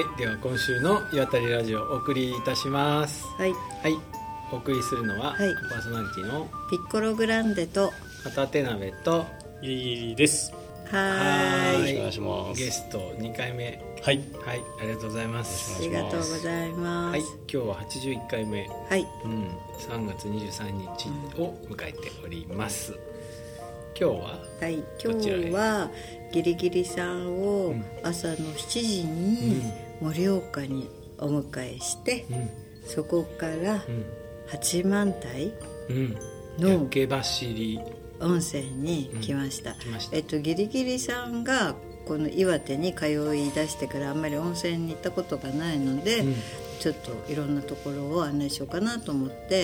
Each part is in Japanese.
はい、では今週の岩谷ラジオお送りいたします。 はい、 はい、お送りするのは、 はい、 パーソナリティのピッコログランデと片手鍋とゆりです。 はい、 お願いします。 ゲスト2回目。 はい、 はい、ありがとうございます。 ありがとうございます。 はい、今日は81回目、 はい、 3月23日を迎えております。今日は、 はい、今日はギリギリさんを朝の7時に盛岡にお迎えして、そこから八幡平の焼け走り温泉に来ました。ギリギリさんがこの岩手に通い出してからあんまり温泉に行ったことがないので、ちょっといろんなところを案内しようかなと思って、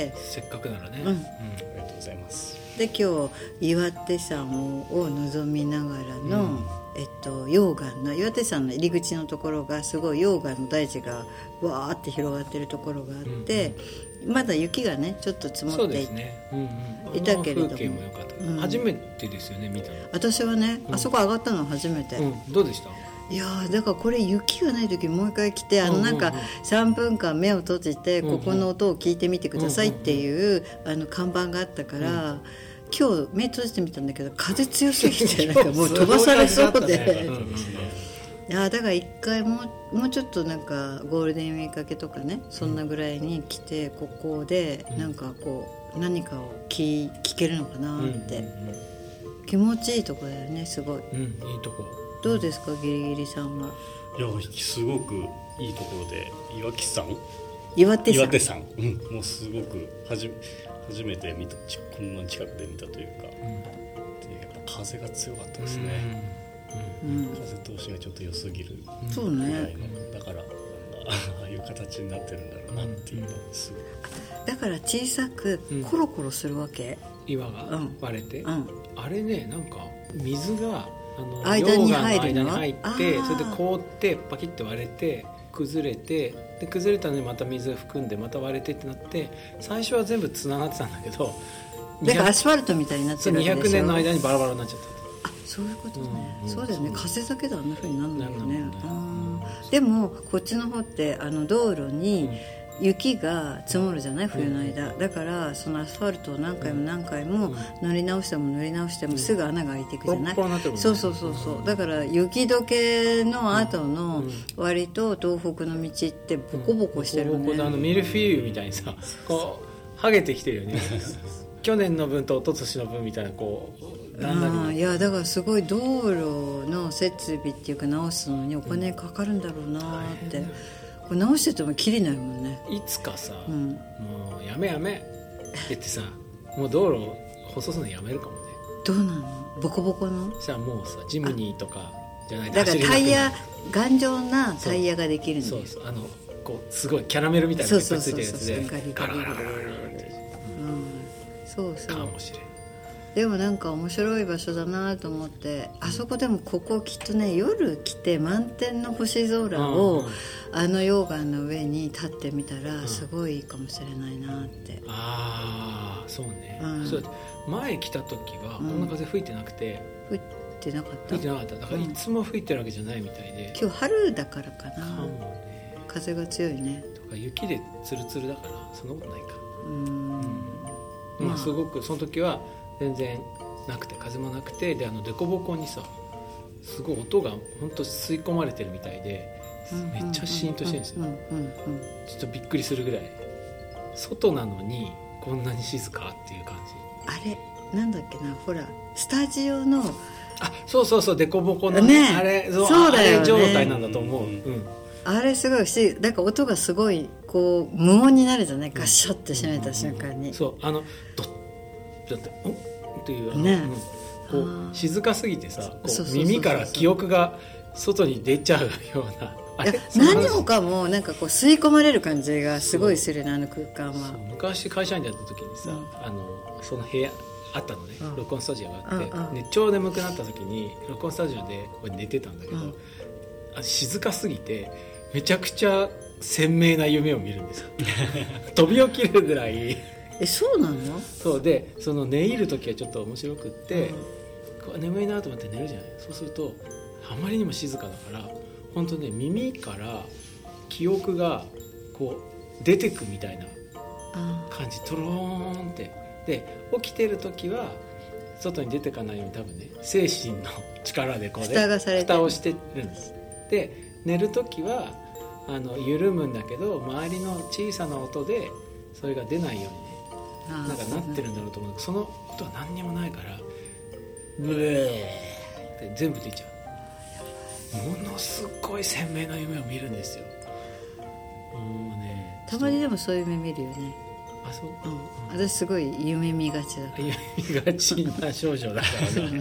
せっかくならね、 ありがとうございます。 で今日岩手山を望みながらの、溶岩の岩手山の入り口のところがすごい溶岩の大地がわーって広がってるところがあって、まだ雪がねちょっと積もっていたけれども、 風景も良かった、初めてですよね見たの。 私はね、あそこ上がったの初めて、 どうでした？ いやだからこれ雪がない時もう一回来てなんか3分間目を閉じてここの音を聞いてみてくださいっていう看板があったから、今日目閉じてみたんだけど風強すぎてなんかもう飛ばされそうでいやだから一回もうちょっとなんかゴールデンウィーク明けとかねそんなぐらいに来てここでなんかこう何かを聞けるのかなって、気持ちいいとこだよねすごい、 いいとこ。 どうですかギリギリさんは？ いやすごくいいところで岩手山、もうすごく初めて見たこんなに近くで見たというか、でやっぱ風が強かったですね、風通しがちょっと良すぎるそうね、 だからああいう形になってるんだろうなっていうのがすごい、 だから小さくコロコロするわけ、 岩が割れて、あれねなんか水が間に入るの間に入ってそれで凍ってパキッと割れて崩れてで崩れたのにまた水を含んでまた割れてってなって最初は全部つながってたんだけどだからアスファルトみたいになってるわけでしょ。 200年の間にバラバラになっちゃった。 そういうことね、そうだよね、風だけであんな風になるんだよね。でもこっちの方って道路に雪が積もるじゃない冬の間、だからそのアスファルトを何回も何回も塗り直してもすぐ穴が開いていくじゃない、そうだから雪解けの後の割と東北の道ってボコボコしてるね、 ミルフィーユみたいにさこう剥げてきてるよね去年の分と一昨年の分みたいなこうだんだんいやだからすごい道路の設備っていうか直すのにお金かかるんだろうなって、これ直しててもきりないもんね。 いつかさ、もうやめって言ってさもう道路舗装するのやめるかもね。 どうなのボコボコのじゃあもうさジムニーとかじゃないだからタイヤ頑丈なタイヤができるんだよ。 そうこうすごいキャラメルみたいなのがいっぱいついてるやつでガラガラガラガラってそうかもしれん。 でもなんか面白い場所だなと思って、あそこでもここきっとね夜来て満天の星空を溶岩の上に立ってみたらすごいいいかもしれないなって、 そうね、そう前来た時はこんな風吹いてなくて、 吹いてなかっただからいつも吹いてるわけじゃないみたいで、 今日春だからかな、 もね、 風が強いねとか雪でツルツルだからそんなことないか、すごくその時は全然なくて風もなくてでデコボコにさすごい音が本当吸い込まれてるみたいでめっちゃシーンとしてるんですよ、ちょっとびっくりするぐらい外なのにこんなに静かっていう感じ。 あれなんだっけなほらスタジオのそうデコボコのねあれそうだよね、 あれ状態なんだと思う、 あれすごいしだから音がすごいこう無音になるじゃない、ガッシャって閉めた瞬間に、 そうドッだってっていうこう静かすぎてさこう耳から記憶が外に出ちゃうような何もかもなんかこう吸い込まれる感じがすごいするねあの空間は。 昔会社員でやった時にさ、その部屋あったのね、録音スタジオがあって、超眠くなった時に録音スタジオで寝てたんだけど、静かすぎてめちゃくちゃ鮮明な夢を見るんですよ飛び起きるぐらいそうなの？ そうでその寝入る時はちょっと面白くって、眠いなと思って寝るじゃない。そうするとあまりにも静かだから本当ね耳から記憶がこう出てくみたいな感じ、トローンってで起きてる時は外に出てかないように多分ね精神の力でこうね蓋をしてるんです。で寝る時は緩むんだけど周りの小さな音でそれが出ないようにねなんかなってるんだろうと思うけど、その音は何にもないからブーって全部出ちゃう。ものすごい鮮明な夢を見るんですよ。もうねたまにでもそういう夢見るよね。 あ、そう、 私すごい夢見がちだから。 夢見がちな少女だからね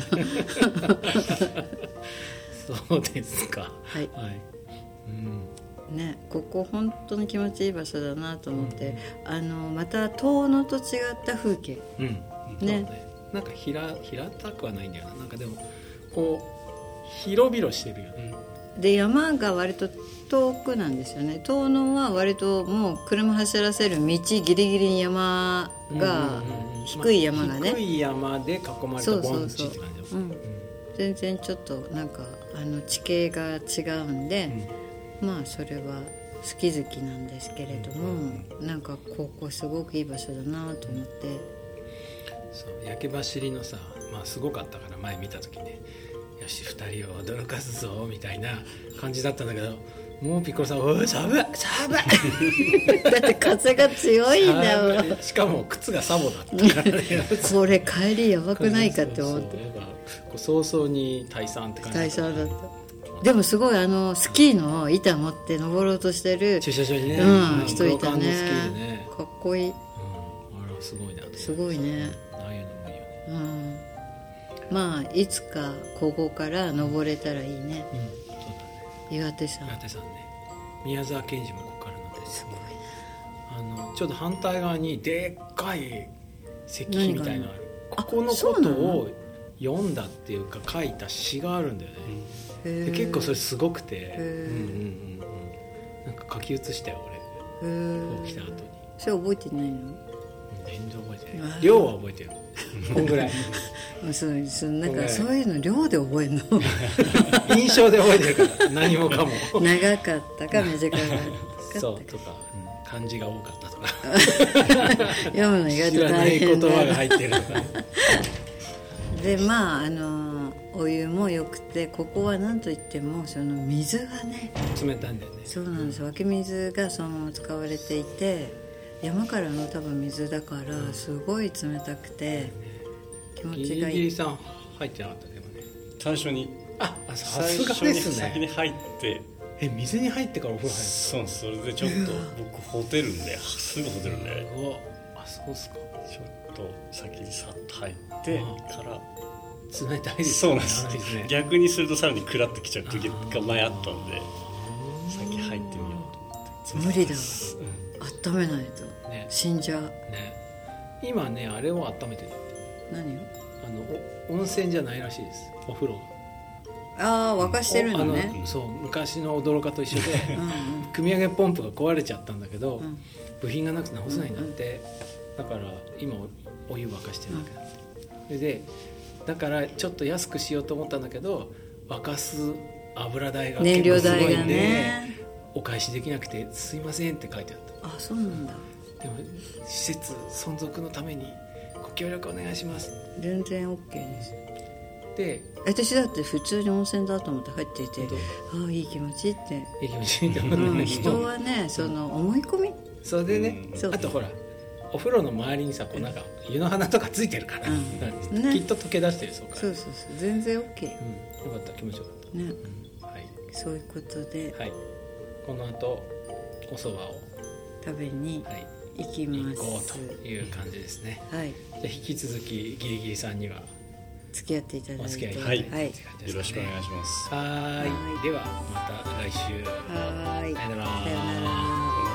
そうですか。はい、はい、 ね、ここ本当に気持ちいい場所だなと思って、また遠野と違った風景、ね、 なんか平たくはないんだよな。なんかでもこう広々してるよね。 で山が割と遠くなんですよね。遠野は割ともう車走らせる道ギリギリに山が、低い山がね、 低い山で囲まれた盆地って感じだもんね。 全然ちょっとなんか地形が違うんで、まあそれは好き好きなんですけれども、なんかここすごくいい場所だなと思って。 そう焼け走りのさ、まあすごかったから前見た時ね、よし2人を驚かすぞみたいな感じだったんだけど、もうピッコロさんおい寒いだって風が強いんだよ。 しかも靴がサボだったからねこれ帰りやばくないかって思って、 早々に退散って感じだった。 退散だった。でもすごいスキーの板持って登ろうとしてる駐車場にね、 人いたね。かっこいい。 あらすごいな。 すごいね。 ああいうのもいいよね。 まあいつかここから登れたらいいね。 そうだね。 岩手山ね。宮沢賢治もここからなんです。 すごいな。ちょっと反対側にでっかい石碑みたいなのある。ここのことを読んだっていうか書いた詩があるんだよね。で結構それすごくて、なんか書き写したよ俺。起きた後に。 それ覚えてないの？ 全然覚えてない。量は覚えてる。こんぐらい。 なんかそういうの量で覚えるの。 印象で覚えてるから何もかも。 長かったか短かったか。 そうとか、漢字が多かったとか。 読むの意外と大変だ。 知らない言葉が入ってるとか。 でまあお湯もよくて、ここは何といってもその水がね冷たいんだよね。 そうなんです。湧き水がそのまま使われていて、山からの多分水だからすごい冷たくて気持ちがいい。 ギリギリさん入ってなかったでもね。 最初にさすがですね。 先に入って、 水に入ってからお風呂入る。 そう、それでちょっと僕ホテルですぐホテルで、 そうっすか。 ちょっと先にさっと入ってから冷たいです。 そうなんです、逆にするとさらに食らってきちゃう時が前あったんで、先入ってみようと思って。 無理だわ、温めないと、死んじゃう、 今ねあれを温めてる。 何を？ 温泉じゃないらしいです、お風呂が。沸かしてるのね。 そう昔の驚かと一緒で汲み上げポンプが壊れちゃったんだけど、部品がなくて直せないんだって、だから今お湯沸かしてるわけだって、それでだからちょっと安くしようと思ったんだけど、沸かす油代が結構すごいんで、お返しできなくてすいませんって書いてあった。 そうなんだ。 でも施設存続のためにご協力お願いします。 全然 OK です。 で私だって普通に温泉だと思って入っていて、いい気持ちって。 いい気持ちって思ってね。 人はね、その思い込み。 それでね、あとほらお風呂の周りにさ、こうなんか湯の花とかついてるから、きっと溶け出してるそうから。 そう全然 OK。 よかった、気持ちよかったね。 そういうことで、 この後お蕎麦を食べに行きます。 行こうという感じですね。じゃあ引き続きギリギリさんには付き合っていただいて、 よろしくお願いします。 ではまた来週。 さよなら。